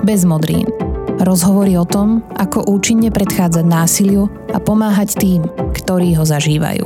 Bez modrín. Rozhovory o tom, ako účinne predchádzať násiliu a pomáhať tým, ktorí ho zažívajú.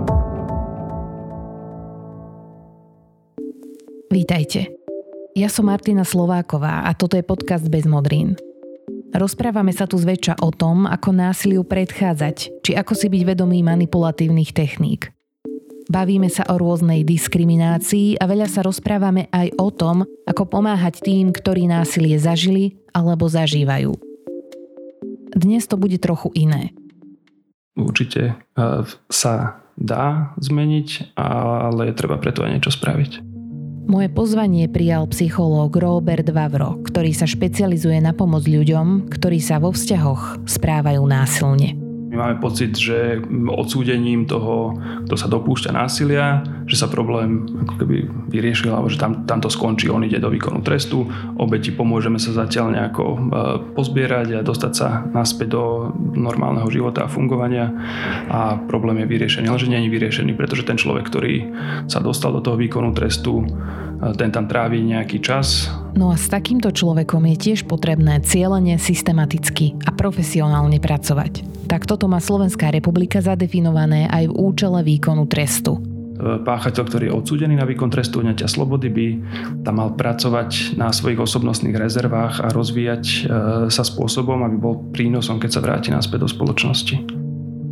Vítajte. Ja som Martina Slováková a toto je podcast Bez modrín. Rozprávame sa tu zväčša o tom, ako násiliu predchádzať, či ako si byť vedomý manipulatívnych techník. Bavíme sa o rôznej diskriminácii a veľa sa rozprávame aj o tom, ako pomáhať tým, ktorí násilie zažili alebo zažívajú. Dnes to bude trochu iné. Určite sa dá zmeniť, ale treba preto aj niečo spraviť. Moje pozvanie prijal psychológ Robert Vavro, ktorý sa špecializuje na pomoc ľuďom, ktorí sa vo vzťahoch správajú násilne. My máme pocit, že odsúdením toho, kto sa dopúšťa násilia, že sa problém ako keby vyriešil, alebo že tam to skončí, on ide do výkonu trestu, obeti pomôžeme sa zatiaľ nejako pozbierať a dostať sa naspäť do normálneho života a fungovania a problém je vyriešený, ale že nie je vyriešený, pretože ten človek, ktorý sa dostal do toho výkonu trestu, ten tam trávi nejaký čas. No a s takýmto človekom je tiež potrebné cielene, systematicky a profesionálne pracovať. Tak toto má Slovenská republika zadefinované aj v účele výkonu trestu. Páchateľ, ktorý je odsúdený na výkon trestu odňatia slobody, by tam mal pracovať na svojich osobnostných rezervách a rozvíjať sa spôsobom, aby bol prínosom, keď sa vráti naspäť do spoločnosti.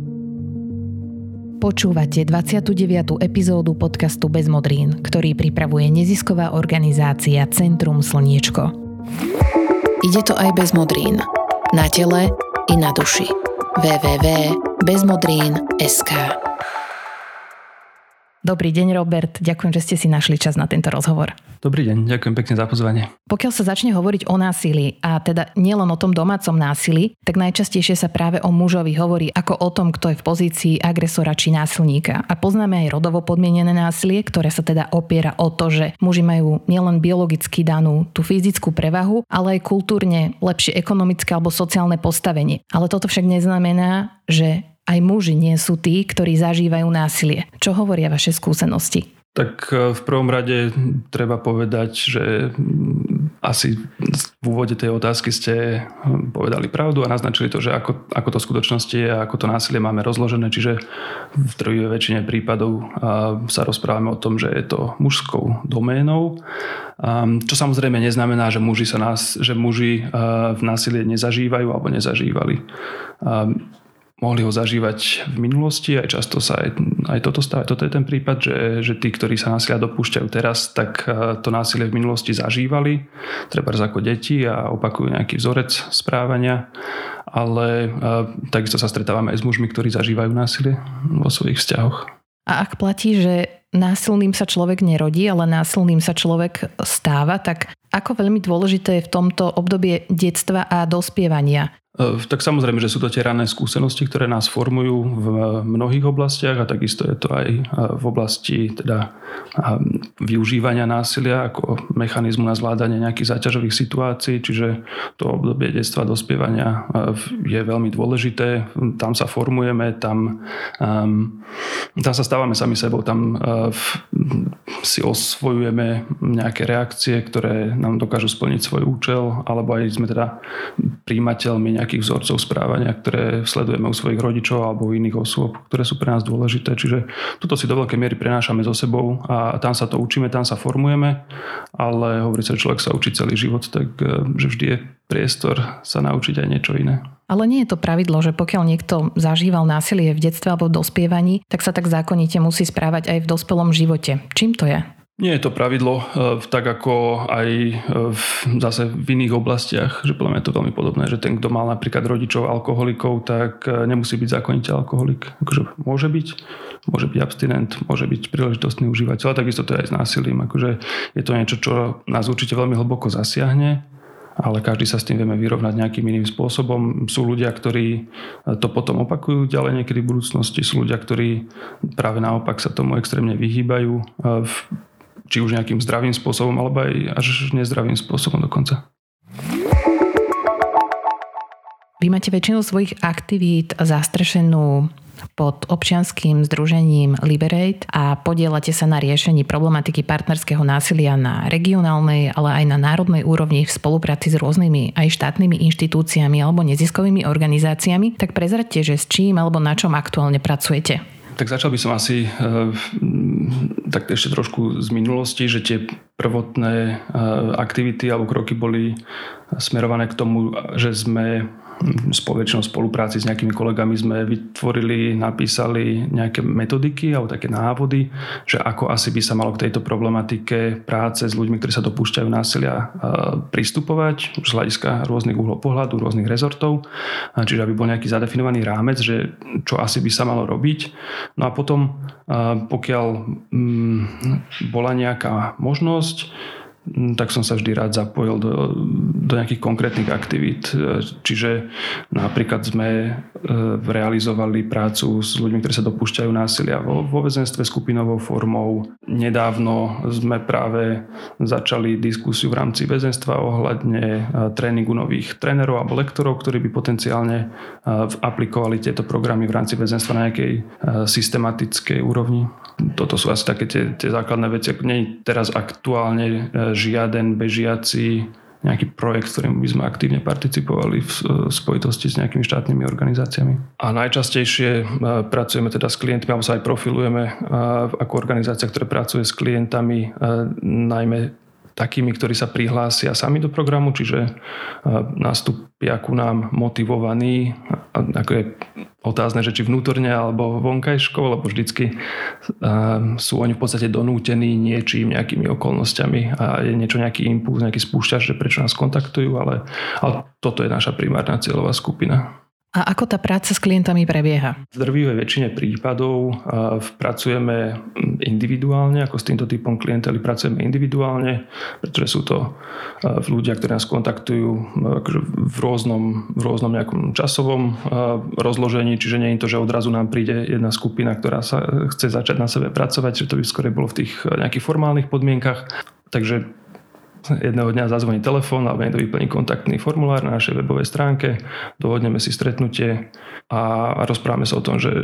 Počúvate 29. epizódu podcastu Bez modrín, ktorý pripravuje nezisková organizácia Centrum Slniečko. Ide to aj bez modrín. Na tele i na duši. www.bezmodrin.sk. Dobrý deň, Robert. Ďakujem, že ste si našli čas na tento rozhovor. Dobrý deň, ďakujem pekne za pozvanie. Pokiaľ sa začne hovoriť o násilí, a teda nielen o tom domácom násilí, tak najčastejšie sa práve o mužovi hovorí ako o tom, kto je v pozícii agresora či násilníka. A poznáme aj rodovo podmienené násilie, ktoré sa teda opiera o to, že muži majú nielen biologicky danú tú fyzickú prevahu, ale aj kultúrne lepšie ekonomické alebo sociálne postavenie. Ale toto však neznamená, že aj muži nie sú tí, ktorí zažívajú násilie. Čo hovoria vaše skúsenosti? Tak v prvom rade treba povedať, že asi v úvode tej otázky ste povedali pravdu a naznačili to, že ako to v skutočnosti je a ako to násilie máme rozložené. Čiže v drvivej väčšine prípadov sa rozprávame o tom, že je to mužskou doménou. Čo samozrejme neznamená, že muži v násilie nezažívajú alebo nezažívali. Mohli ho zažívať v minulosti, aj často sa aj toto stáva. Toto je ten prípad, že tí, ktorí sa násilia dopúšťajú teraz, tak to násilie v minulosti zažívali, trebárs ako deti a opakujú nejaký vzorec správania, ale takisto sa stretávame aj s mužmi, ktorí zažívajú násilie vo svojich vzťahoch. A ak platí, že násilným sa človek nerodí, ale násilným sa človek stáva, tak ako veľmi dôležité je v tomto období detstva a dospievania? Tak samozrejme, že sú to tie rané skúsenosti, ktoré nás formujú v mnohých oblastiach a takisto je to aj v oblasti teda využívania násilia ako mechanizmu na zvládanie nejakých záťažových situácií, čiže to obdobie detstva a dospievania je veľmi dôležité. Tam sa formujeme, tam sa stávame sami sebou, tam si osvojujeme nejaké reakcie, ktoré nám dokážu splniť svoj účel, alebo aj sme teda prijímateľmi nejakých vzorcov správania, ktoré sledujeme u svojich rodičov alebo u iných osôb, ktoré sú pre nás dôležité. Čiže toto si do veľkej miery prenášame so sebou a tam sa to učíme, tam sa formujeme, ale hovorí sa, že človek sa učí celý život, tak že vždy je priestor sa naučiť aj niečo iné. Ale nie je to pravidlo, že pokiaľ niekto zažíval násilie v detstve alebo v dospievaní, tak sa tak zákonite musí správať aj v dospelom živote. Čím to je? Nie je to pravidlo, tak ako aj zase v iných oblastiach, že podľa mňa je to veľmi podobné, že ten, kto mal napríklad rodičov alkoholikov, tak nemusí byť zákonite alkoholik. Akože môže byť abstinent, môže byť príležitostný užívateľ, ale takisto to je aj s násilím. Akože je to niečo, čo nás určite veľmi hlboko zasiahne, ale každý sa s tým vieme vyrovnať nejakým iným spôsobom. Sú ľudia, ktorí to potom opakujú ďalej niekedy v budúcnosti, sú ľudia, ktorí práve naopak sa tomu extrémne vyhýbajú, či už nejakým zdravým spôsobom, alebo aj až nezdravým spôsobom dokonca. Vy máte väčšinu svojich aktivít zastrešenú pod občianskym združením Liberate a podieľate sa na riešení problematiky partnerského násilia na regionálnej, ale aj na národnej úrovni v spolupráci s rôznymi aj štátnymi inštitúciami alebo neziskovými organizáciami. Tak prezraďte, že s čím alebo na čom aktuálne pracujete. Tak začal by som asi tak ešte trošku z minulosti, že tie prvotné aktivity alebo kroky boli smerované k tomu, že sme väčšinou spolupráci s nejakými kolegami sme vytvorili, napísali nejaké metodiky alebo také návody, že ako asi by sa malo k tejto problematike práce s ľuďmi, ktorí sa dopúšťajú násilia, pristupovať z hľadiska rôznych uhlov pohľadu, rôznych rezortov. Čiže aby bol nejaký zadefinovaný rámec, že čo asi by sa malo robiť. No a potom, pokiaľ bola nejaká možnosť, tak som sa vždy rád zapojil do nejakých konkrétnych aktivít. Čiže napríklad sme realizovali prácu s ľuďmi, ktorí sa dopúšťajú násilia vo väzenstve skupinovou formou. Nedávno sme práve začali diskusiu v rámci väzenstva ohľadne tréningu nových trénerov alebo lektorov, ktorí by potenciálne aplikovali tieto programy v rámci väzenstva na nejakej systematickej úrovni. Toto sú asi také tie základné veci. Nie je teraz aktuálne žiaden bežiaci nejaký projekt, s ktorým by sme aktívne participovali v spojitosti s nejakými štátnymi organizáciami. A najčastejšie pracujeme teda s klientmi, alebo sa aj profilujeme ako organizácia, ktorá pracuje s klientami, najmä takými, ktorí sa prihlásia sami do programu, čiže nastúpia ku nám motivovaní, ako je otázne, že či vnútorne alebo vonkajškou, lebo vždycky sú oni v podstate donútení niečím, nejakými okolnostiami a je niečo, nejaký impuls, nejaký spúšťač, že prečo nás kontaktujú, ale toto je naša primárna cieľová skupina. A ako tá práca s klientami prebieha? V drvivej väčšine prípadov pracujeme individuálne, ako s týmto typom klientely pracujeme individuálne, pretože sú to ľudia, ktorí nás kontaktujú v rôznom nejakom časovom rozložení, čiže nie je to, že odrazu nám príde jedna skupina, ktorá sa chce začať na sebe pracovať, že to by skôr bolo v tých nejakých formálnych podmienkach. Takže jedného dňa zazvoní telefón alebo niekto vyplní kontaktný formulár na našej webovej stránke, dohodneme si stretnutie a rozprávame sa o tom, že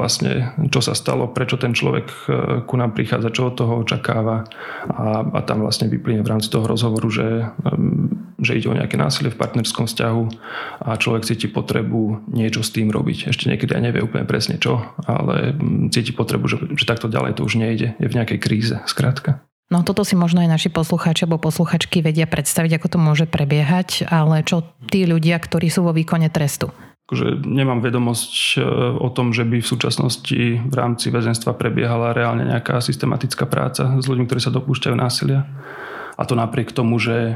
čo sa stalo, prečo ten človek ku nám prichádza, čo od toho očakáva a tam vlastne vyplyne v rámci toho rozhovoru, že ide o nejaké násilie v partnerskom vzťahu a človek cíti potrebu niečo s tým robiť. Ešte niekedy aj nevie úplne presne čo, ale cíti potrebu, že takto ďalej to už nejde. Je v nejakej kríze, skrátka. No toto si možno aj naši poslucháči alebo posluchačky vedia predstaviť, ako to môže prebiehať, ale čo tí ľudia, ktorí sú vo výkone trestu? Nemám vedomosť o tom, že by v súčasnosti v rámci väzenstva prebiehala reálne nejaká systematická práca s ľuďmi, ktorí sa dopúšťajú násilia. A to napriek tomu, že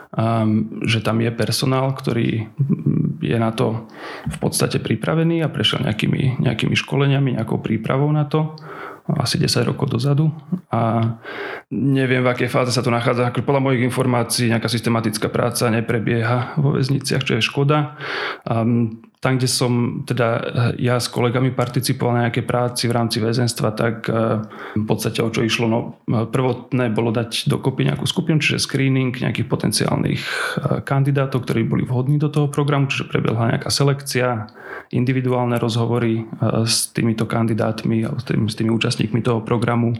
tam je personál, ktorý je na to v podstate pripravený a prešiel nejakými školeniami, nejakou prípravou na to. Asi 10 rokov dozadu a neviem, v akej fáze sa to nachádza. Podľa mojich informácií nejaká systematická práca neprebieha vo väzniciach, čo je škoda. Tam, kde som teda ja s kolegami participoval na nejakej práci v rámci väzenstva, tak v podstate o čo išlo, prvotné bolo dať dokopy nejakú skupinu, čiže screening nejakých potenciálnych kandidátov, ktorí boli vhodní do toho programu, čiže prebehla nejaká selekcia, individuálne rozhovory s týmito kandidátmi alebo s tými účastníkmi toho programu.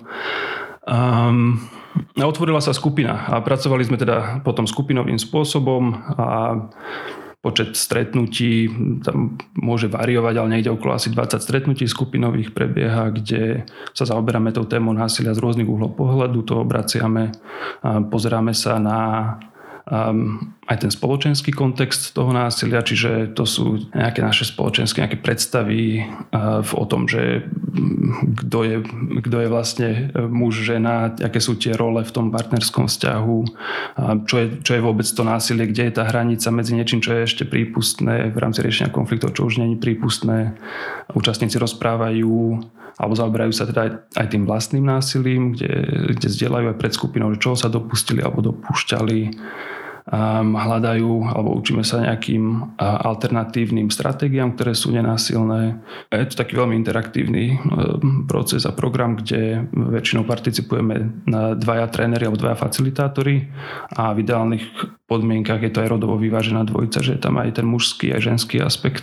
Otvorila sa skupina a pracovali sme teda potom skupinovým spôsobom a počet stretnutí tam môže variovať, ale niekde okolo asi 20 stretnutí skupinových prebieha, kde sa zaoberáme tou témou násilia z rôznych uhlov pohľadu, to obraciame, pozeráme sa na aj ten spoločenský kontext toho násilia, čiže to sú nejaké naše spoločenské nejaké predstavy o tom, že kto je vlastne muž, žena, aké sú tie role v tom partnerskom vzťahu, čo je vôbec to násilie, kde je tá hranica medzi niečím, čo je ešte prípustné v rámci riešenia konfliktov, čo už nie je prípustné. Účastníci rozprávajú alebo zaoberajú sa teda aj tým vlastným násilím, kde zdieľajú aj pred skupinou, čoho sa dopustili alebo dopúšťali, hľadajú alebo učíme sa nejakým alternatívnym stratégiám, ktoré sú nenásilné. Je to taký veľmi interaktívny proces a program, kde väčšinou participujeme na 2 tréneri alebo 2 facilitátori a v ideálnych podmienkach je to aj rodovo vyvážená dvojica, že je tam aj ten mužský aj ženský aspekt.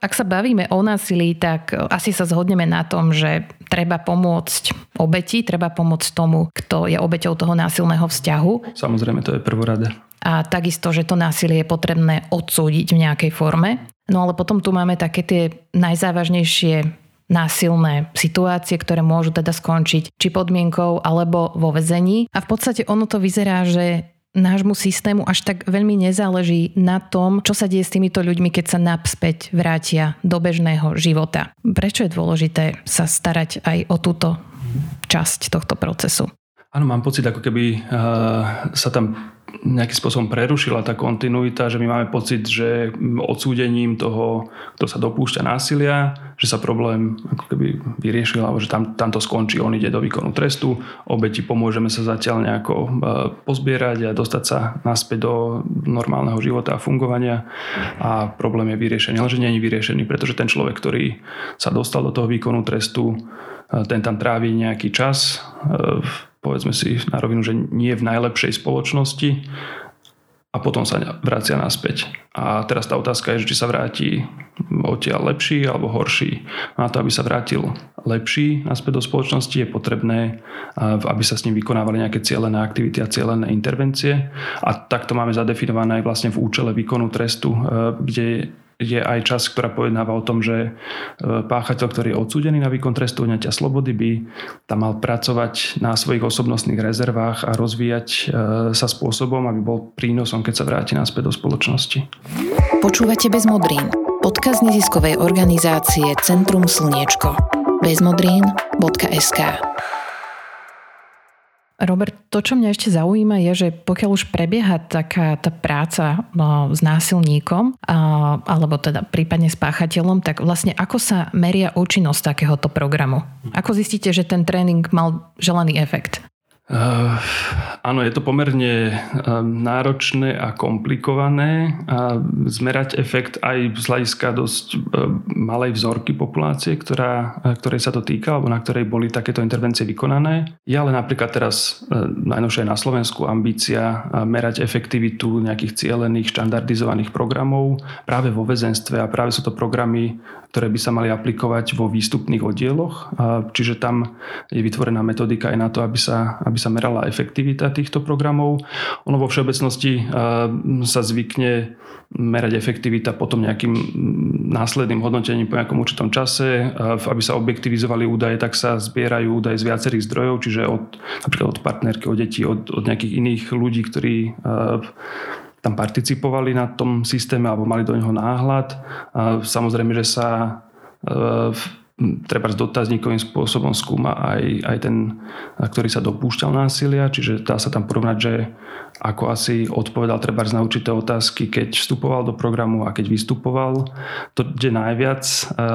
Ak sa bavíme o násilí, tak asi sa zhodneme na tom, že treba pomôcť obeti, treba pomôcť tomu, kto je obeťou toho násilného vzťahu. Samozrejme, to je prvoradé. A takisto, že to násilie je potrebné odsúdiť v nejakej forme. No ale potom tu máme také tie najzávažnejšie násilné situácie, ktoré môžu teda skončiť či podmienkou alebo vo väzení. A v podstate ono to vyzerá, že nášmu systému až tak veľmi nezáleží na tom, čo sa deje s týmito ľuďmi, keď sa naspäť vrátia do bežného života. Prečo je dôležité sa starať aj o túto časť tohto procesu? Áno, mám pocit, ako keby sa tam nejakým spôsobom prerušila tá kontinuita, že my máme pocit, že odsúdením toho, kto sa dopúšťa násilia, že sa problém ako keby vyriešil, alebo že tam to skončí, on ide do výkonu trestu, obeti pomôžeme sa zatiaľ nejako pozbierať a dostať sa naspäť do normálneho života a fungovania a problém je vyriešený. Ale že nie je vyriešený, pretože ten človek, ktorý sa dostal do toho výkonu trestu, ten tam trávi nejaký čas, povedzme si na rovinu, že nie v najlepšej spoločnosti a potom sa vracia naspäť. A teraz tá otázka je, či sa vráti odtiaľ lepší alebo horší. Na to, aby sa vrátil lepší naspäť do spoločnosti, je potrebné, aby sa s ním vykonávali nejaké cielené aktivity a cielené intervencie. A takto máme zadefinované aj vlastne v účele výkonu trestu, kde je aj časť, ktorá pojednáva o tom, že páchateľ, ktorý je odsúdený na výkon trestu odňatia slobody, by tam mal pracovať na svojich osobnostných rezervách a rozvíjať sa spôsobom, aby bol prínosom, keď sa vráti naspäť do spoločnosti. Počúvate Bez modrín, podcast neziskovej organizácie Centrum Slniečko. bezmodrín.sk. Robert, to, čo mňa ešte zaujíma, je, že pokiaľ už prebieha taká tá práca s násilníkom, alebo teda prípadne s páchateľom, tak vlastne ako sa meria účinnosť takéhoto programu? Ako zistíte, že ten tréning mal želaný efekt? Áno, je to pomerne náročné a komplikované a zmerať efekt aj z hľadiska dosť malej vzorky populácie, ktorej sa to týka, alebo na ktorej boli takéto intervencie vykonané. Je ale napríklad teraz najnovšie na Slovensku ambícia merať efektivitu nejakých cielených štandardizovaných programov práve vo väzenstve a práve sú to programy, ktoré by sa mali aplikovať vo výstupných oddieloch. Čiže tam je vytvorená metodika aj na to, aby sa merala efektivita týchto programov. Ono vo všeobecnosti sa zvykne merať efektivita potom nejakým následným hodnotením po nejakom určitom čase. Aby sa objektivizovali údaje, tak sa zbierajú údaje z viacerých zdrojov, čiže napríklad od partnerky, od detí, od nejakých iných ľudí, ktorí tam participovali na tom systéme alebo mali do neho náhľad. Samozrejme, že sa treba s dotazníkovým spôsobom skúma aj ten, ktorý sa dopúšťal násilia, čiže dá sa tam porovnať, že ako asi odpovedal trebárs na určité otázky, keď vstupoval do programu a keď vystupoval. To, kde najviac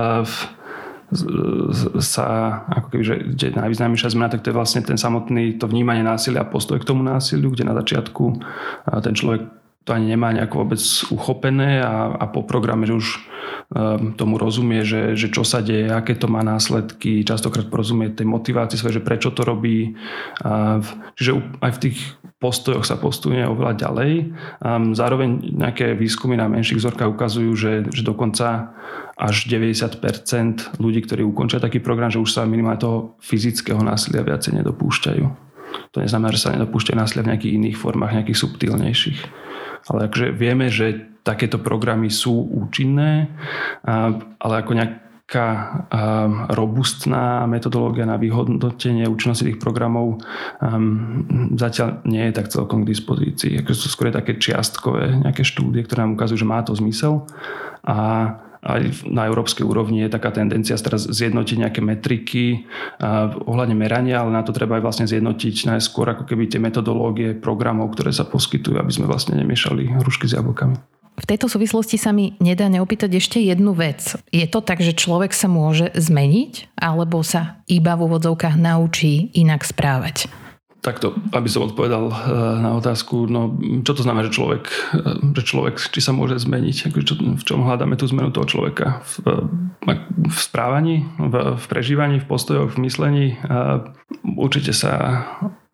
sa, ako keby, že kde najvýznamnejšia zmena, tak to je vlastne ten samotný, to vnímanie násilia a postoj k tomu násiliu, kde na začiatku ten človek to ani nemá nejako vôbec uchopené a po programe, že už tomu rozumie, že čo sa deje, aké to má následky, častokrát porozumie tej motivácii svoje, že prečo to robí. Čiže aj v tých postojoch sa posunie oveľa ďalej. Zároveň nejaké výskumy na menších vzorkách ukazujú, že dokonca až 90% ľudí, ktorí ukončia taký program, že už sa minimálne toho fyzického násilia viacej nedopúšťajú. To neznamená, že sa nedopúšťajú násilia v nejakých iných formách, nejakých subtilnejších. Ale akože vieme, že takéto programy sú účinné, ale ako nejaká robustná metodológia na vyhodnotenie účinnosti tých programov zatiaľ nie je tak celkom k dispozícii. Akože sú skôr také čiastkové nejaké štúdie, ktoré nám ukazujú, že má to zmysel. A aj na európskej úrovni je taká tendencia teraz zjednotiť nejaké metriky ohľadne merania, ale na to treba aj vlastne zjednotiť najskôr ako keby tie metodológie programov, ktoré sa poskytujú, aby sme vlastne nemiešali hrušky s jablkami. V tejto súvislosti sa mi nedá neopýtať ešte jednu vec. Je to tak, že človek sa môže zmeniť, alebo sa iba v úvodzovkách naučí inak správať? Takto, aby som odpovedal na otázku, no čo to znamená, že človek či sa môže zmeniť, v čom hľadáme tú zmenu toho človeka? V správaní, v prežívaní, v postojoch, v myslení. Určite sa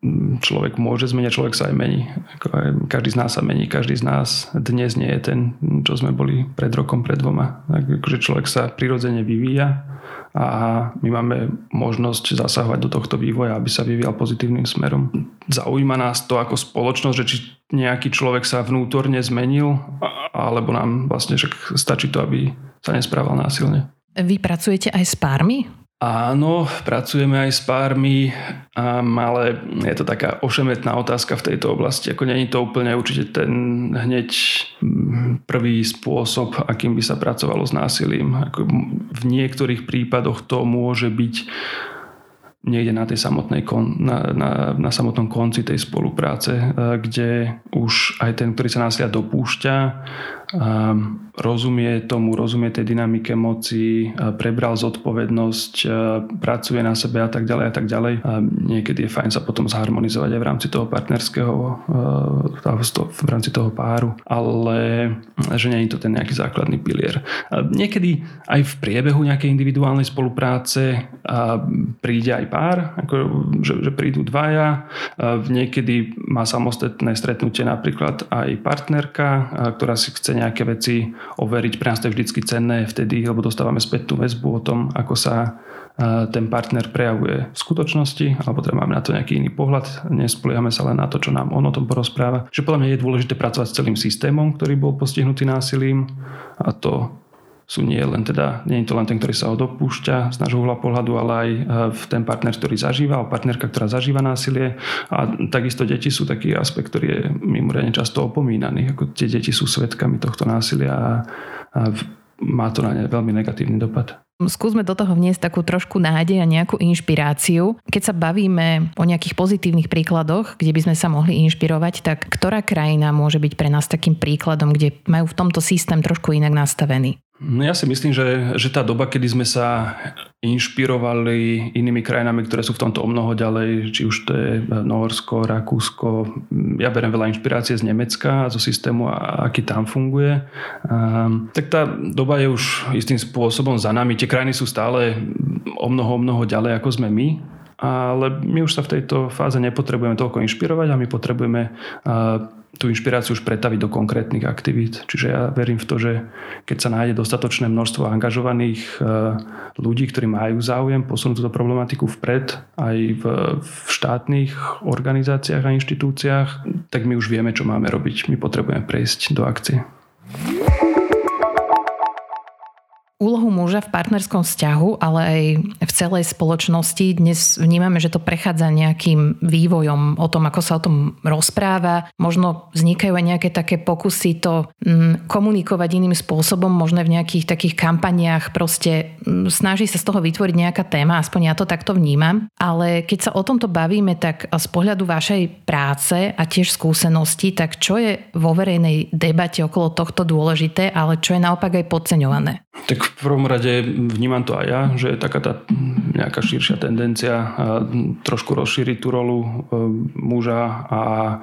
človek môže zmeniť, človek sa aj mení. Každý z nás sa mení, každý z nás dnes nie je ten, čo sme boli pred rokom, pred 2. Takže človek sa prirodzene vyvíja a my máme možnosť zasahovať do tohto vývoja, aby sa vyvíjal pozitívnym smerom. Zaujíma nás to ako spoločnosť, že či nejaký človek sa vnútorne zmenil, alebo nám vlastne však stačí to, aby sa nesprával násilne. Vy pracujete aj s pármi? Áno, pracujeme aj s pármi, ale je to taká ošemetná otázka v tejto oblasti. Ako nie je to úplne určite ten hneď prvý spôsob, akým by sa pracovalo s násilím. Ako v niektorých prípadoch to môže byť niekde na tej samotnej na samotnom konci tej spolupráce, kde už aj ten, ktorý sa násilia dopúšťa, rozumie tej dynamike moci, prebral zodpovednosť, pracuje na sebe a tak ďalej a tak ďalej. A niekedy je fajn sa potom zharmonizovať aj v rámci toho partnerského, v rámci toho páru, ale že nie je to ten nejaký základný pilier. A niekedy aj v priebehu nejakej individuálnej spolupráce príde aj pár, ako, že prídu dvaja. Niekedy má samostatné stretnutie napríklad aj partnerka, ktorá si chce nejaké veci overiť. Pre nás to je vždycky cenné vtedy, lebo dostávame spätnú väzbu o tom, ako sa ten partner prejavuje v skutočnosti, alebo teda máme na to nejaký iný pohľad. Nespoliehame sa len na to, čo nám on o tom porozpráva. Že podľa mňa je dôležité pracovať s celým systémom, ktorý bol postihnutý násilím, a to nie je to len ten, ktorý sa ho dopúšťa z nášho uhla pohľadu, ale aj ten partner, ktorý zažíva, alebo partnerka, ktorá zažíva násilie. A takisto deti sú taký aspekt, ktorý je mimoriadne často opomínaný. Ako tie deti sú svedkami tohto násilia a má to na ne veľmi negatívny dopad. Skúsme do toho vniesť takú trošku nádej a nejakú inšpiráciu. Keď sa bavíme o nejakých pozitívnych príkladoch, kde by sme sa mohli inšpirovať, tak ktorá krajina môže byť pre nás takým príkladom, kde majú v tomto systém trošku inak nastavený? No ja si myslím, že tá doba, kedy sme sa inšpirovali inými krajinami, ktoré sú v tomto o mnoho ďalej, či už to je Nórsko, Rakúsko, ja beriem veľa inšpirácie z Nemecka a zo systému, aký tam funguje, tak tá doba je už istým spôsobom za nami. Tie krajiny sú stále o mnoho ďalej, ako sme my, ale my už sa v tejto fáze nepotrebujeme toľko inšpirovať a my potrebujeme tú inšpiráciu už pretaviť do konkrétnych aktivít. Čiže ja verím v to, že keď sa nájde dostatočné množstvo angažovaných ľudí, ktorí majú záujem posunúť túto problematiku vpred aj v štátnych organizáciách a inštitúciách, tak my už vieme, čo máme robiť. My potrebujeme prejsť do akcie. Úlohu muža v partnerskom vzťahu, ale aj v celej spoločnosti dnes vnímame, že to prechádza nejakým vývojom o tom, ako sa o tom rozpráva. Možno vznikajú aj nejaké také pokusy to komunikovať iným spôsobom, možno v nejakých takých kampaniách proste snaží sa z toho vytvoriť nejaká téma, aspoň ja to takto vnímam. Ale keď sa o tomto bavíme, tak z pohľadu vašej práce a tiež skúsenosti, tak čo je vo verejnej debate okolo tohto dôležité, ale čo je naopak aj podceňované? Tak v prvom rade vnímam to aj ja, že je taká tá nejaká širšia tendencia trošku rozšíriť tú rolu muža a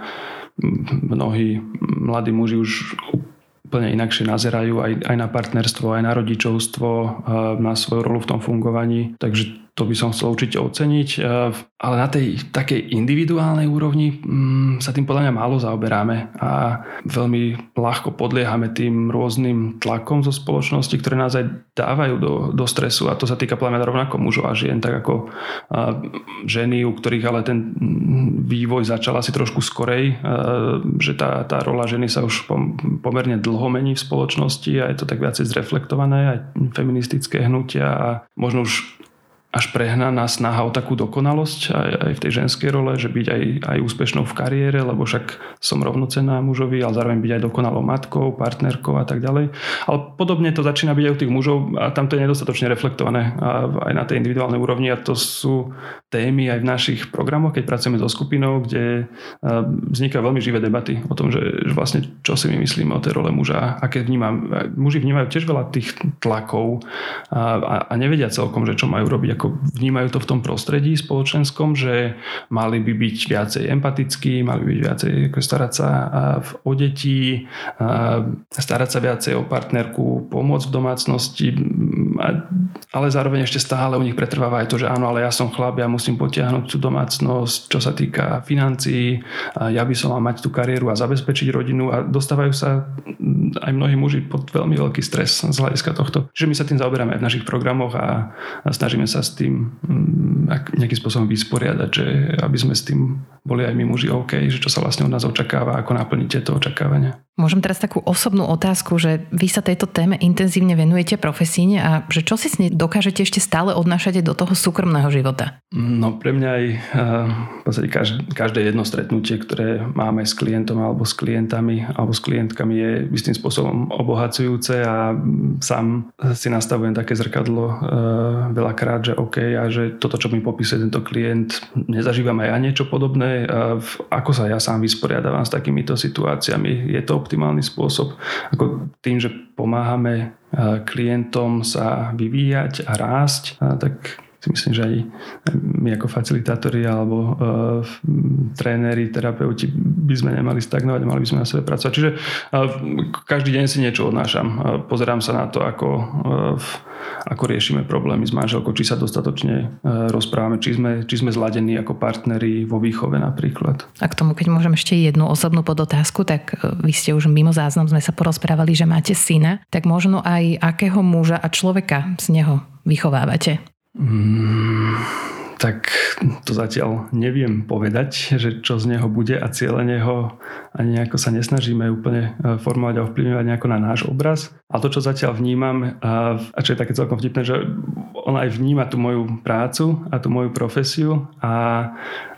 mnohí mladí muži už úplne inakšie nazerajú aj na partnerstvo, aj na rodičovstvo, na svoju rolu v tom fungovaní. Takže to by som chcel určite oceniť. Ale na tej takej individuálnej úrovni sa tým podľa mňa málo zaoberáme a veľmi ľahko podliehame tým rôznym tlakom zo spoločnosti, ktoré nás aj dávajú do stresu, a to sa týka podľa mňa rovnako mužov a žien, tak ako ženy, u ktorých ale ten vývoj začal asi trošku skorej, že tá rola ženy sa už pomerne dlho mení v spoločnosti a je to tak viacej zreflektované, aj feministické hnutia a možno už až prehnaná snaha o takú dokonalosť aj v tej ženskej role, že byť aj úspešnou v kariére, lebo však som rovnocenná mužovi, ale zároveň byť aj dokonalou matkou, partnerkou a tak ďalej. Ale podobne to začína byť aj u tých mužov a tam to je nedostatočne reflektované aj na tej individuálnej úrovni, a to sú témy aj v našich programoch, keď pracujeme so skupinou, kde vznikajú veľmi živé debaty o tom, že vlastne čo si my myslíme o tej role muža, a keď muži vnímajú tiež veľa tých tlakov a nevedia celkom, že čo majú robiť, vnímajú to v tom prostredí spoločenskom, že mali by byť viacej empatickí, mali by byť viacej starať sa o deti, starať sa viacej o partnerku, pomôcť v domácnosti ale zároveň ešte stále u nich pretrváva aj to, že áno, ale ja som chlap, ja musím potiahnuť tú domácnosť, čo sa týka financií, ja by som mal mať tú kariéru a zabezpečiť rodinu a dostávajú sa aj mnohí muži pod veľmi veľký stres z hľadiska tohto. Čiže my sa tým zaoberáme aj v našich programoch a snažíme sa s tým nejakým spôsobom vysporiadať, že aby sme s tým boli aj my muži OK, že čo sa vlastne od nás očakáva, ako naplniť tieto očakávania. Môžem teraz takú osobnú otázku, že vy sa tejto téme intenzívne venujete profesíne a že čo si s nej dokážete ešte stále odnášať do toho súkromného života? No pre mňa aj v podstate každé jedno stretnutie, ktoré máme s klientom alebo s klientami alebo s klientkami je istým spôsobom obohacujúce a sám si nastavujem také zrkadlo veľakrát, že OK a že toto, čo mi popisuje tento klient, nezažívam aj ja niečo podobné. Ako sa ja sám vysporiadavam s takýmito situáciami? Je to optimálny spôsob? Ako tým, že pomáhame klientom sa vyvíjať a rásť, tak si myslím, že aj my ako facilitátori alebo tréneri, terapeuti by sme nemali stagnovať, mali by sme na sebe pracovať. Čiže každý deň si niečo odnášam. Pozerám sa na to, ako riešime problémy s manželkou, či sa dostatočne rozprávame, či sme zladení ako partneri vo výchove napríklad. A k tomu, keď môžem ešte jednu osobnú podotázku, tak vy ste už mimo záznam sme sa porozprávali, že máte syna, tak možno aj akého muža a človeka z neho vychovávate? Tak to zatiaľ neviem povedať, že čo z neho bude a cieľene ho ani nejako sa nesnažíme úplne formovať a ovplyvňovať nejako na náš obraz. Ale to, čo zatiaľ vnímam a čo je také celkom vtipné, že on aj vníma tú moju prácu a tú moju profesiu a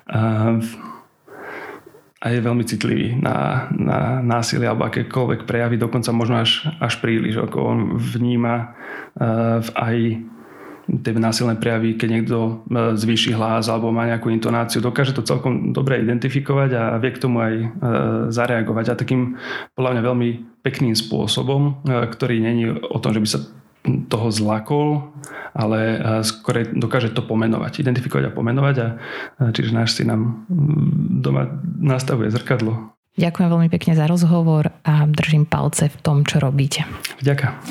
je veľmi citlivý na násilie alebo akékoľvek prejavy, dokonca možno až príliš, ako on vníma aj tie násilné prejavy, keď niekto zvýši hlas alebo má nejakú intonáciu, dokáže to celkom dobre identifikovať a vie k tomu aj zareagovať. A takým podľa mňa veľmi pekným spôsobom, ktorý není o tom, že by sa toho zlakol, ale skôr dokáže to pomenovať, identifikovať a pomenovať. A čiže náš syn nám doma nastavuje zrkadlo. Ďakujem veľmi pekne za rozhovor a držím palce v tom, čo robíte. Ďakujem.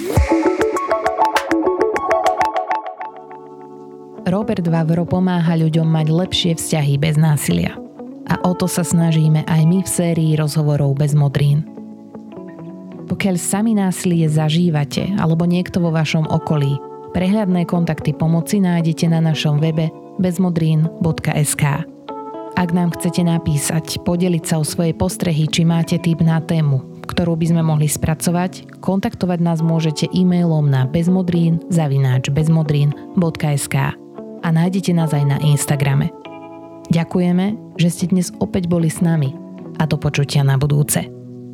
Robert Vavro pomáha ľuďom mať lepšie vzťahy bez násilia. A o to sa snažíme aj my v sérii rozhovorov bez modrín. Pokiaľ sami násilie zažívate alebo niekto vo vašom okolí, prehľadné kontakty pomoci nájdete na našom webe bezmodrín.sk. Ak nám chcete napísať, podeliť sa o svoje postrehy či máte tip na tému, ktorú by sme mohli spracovať, kontaktovať nás môžete e-mailom na bezmodrin@bezmodrin.sk a nájdete nás aj na Instagrame. Ďakujeme, že ste dnes opäť boli s nami a do počutia na budúce.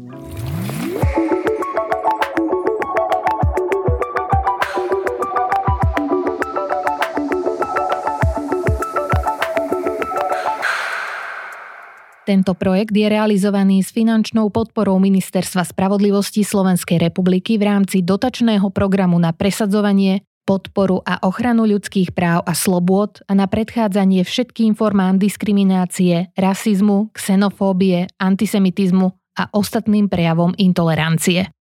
Tento projekt je realizovaný s finančnou podporou Ministerstva spravodlivosti Slovenskej republiky v rámci dotačného programu na presadzovanie, podporu a ochranu ľudských práv a slobôd a na predchádzanie všetkým formám diskriminácie, rasizmu, xenofóbie, antisemitizmu a ostatným prejavom intolerancie.